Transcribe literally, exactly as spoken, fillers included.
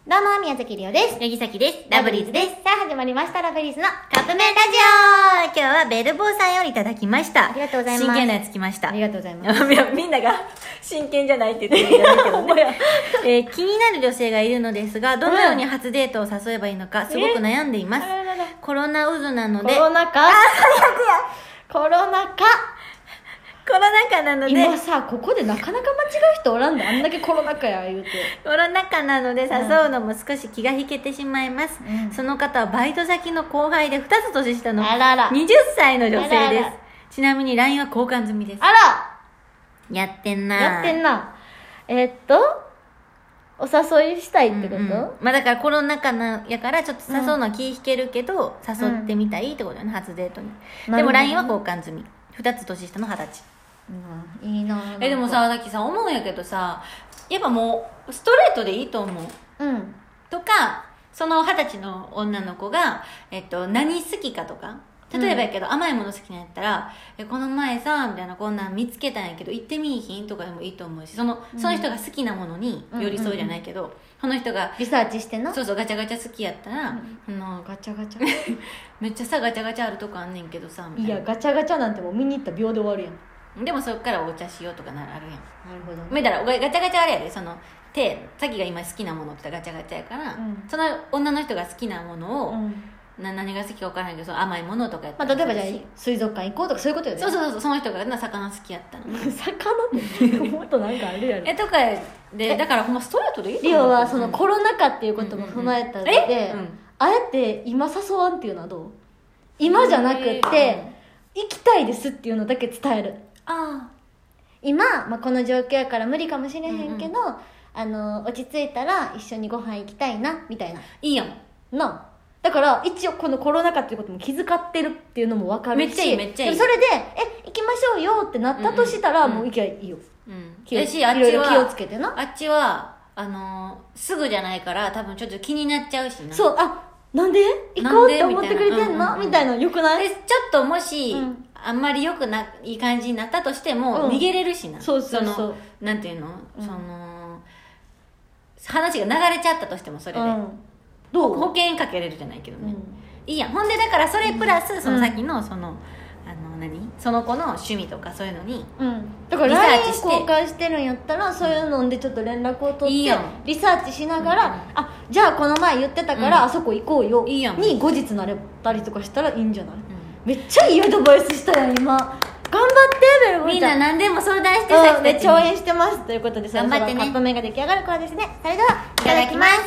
どうも、宮崎りおです。 八木崎です。 ラブリーズです。さあ、始まりました。ラブリーズのカップ麺ラジオ。今日はベルボーさんよりいただきました。 ありがとうございます。 真剣なやつ来ました。 ありがとうございます。 いやみんなが真剣じゃないって言ってるけどね、えー、気になる女性がいるのですが、どのように初デートを誘えばいいのかすごく悩んでいます。コロナ渦なので。 コロナ禍。あ、最悪や。コロナ禍。 コロナ禍なので今さ、ここでなかなか間違う人おらんで、あんだけコロナ禍や言うて。 コロナ禍なので誘うのも少し気が引けてしまいます、うん、その方はバイト先の後輩でふたつ年下のあららはたちの女性です。 あららちなみに ライン は交換済みです。 あらやってんなやってんな。えー、っとお誘いしたいってこと、うんうん、 まあだからコロナ禍なやからちょっと誘うのは気引けるけど、うん、誘ってみたいってことよね、初デートに。でも ライン は交換済み。ふたつ年下のはたち。 うん、いいな。 えでもさ、さっきさ思うんやけどさ、やっぱもうストレートでいいと思う。 うんとか、そのはたちの女の子が、えっと、何好きかとか、例えばやけど、うん、甘いもの好きなんやったら、えこの前さみたいな、こんなん見つけたんやけど行ってみいひんとかでもいいと思うし、その、うん、その人が好きなものに寄り添うじゃないけど、うんうんうん、その人がリサーチしてな。 そうそう、ガチャガチャ好きやったら、うん、あのガチャガチャめっちゃさガチャガチャあるとこあんねんけどさみたいな。 いやガチャガチャなんてもう見に行ったら秒で終わるやん。 でもそっからお茶しようとかならあるやん。なるほど、ね、 めだらガチャガチャあれやで、その手さっきが今好きなものって言ったらガチャガチャやから、うん、その女の人が好きなものを、うん、な何が好きか分からないけど、その甘いものとかやったら、 まあ、例えばじゃあ水族館行こうとかそういうことよね。 そうそうそう、その人がな魚好きやったの魚ってもっとなんかあるやろえとかで、だからほんまストレートでいいと思う。リオはそのうん、 コロナ禍っていうことも踏まえたので、うんうんうん、あえて今誘わんっていうのはどう？今じゃなくて、うん、行きたいですっていうのだけ伝える。 ああ今、まあ、この状況やから無理かもしれへんけど、うんうん、あの落ち着いたら一緒にご飯行きたいなみたいな。 いいやんな。だから一応このコロナ禍っていうことも気遣ってるっていうのも分かるし、 めっちゃいいめっちゃいい。 それでえ行きましょうよってなったとしたら、うんうん、もう行きゃいいよ。 うん。 気をしあっちはいろいろ気をつけてな。 あっちはあのー、すぐじゃないから多分ちょっと気になっちゃうしな。 そう、あ、なんで行こうって思ってくれてんのみたいな。よくない？ でちょっともし、うん、あんまりよくないい感じになったとしても、うん、逃げれるしな。 そうそうそう。そのなんていうの、うん、その話が流れちゃったとしてもそれで、うん、どう保険かけれるじゃないけどね、うん、いいやん。ほんでだからそれプラス、うん、その先のその、あの何その子の趣味とかそういうのに、 うん、だから ライン 交換してるんやったらそういうのでちょっと連絡を取っていいやん、リサーチしながら、うん、あじゃあこの前言ってたから、うん、あそこ行こうよいいやんに後日なれたりとかしたらいいんじゃない？うん、めっちゃいいアドバイスしたやん今。頑張ってベルボみんな何でも相談してさ、うん、めっちゃ応援してますということで、 頑張ってね。 カップ麺が出来上がるからですね。それではいただきます。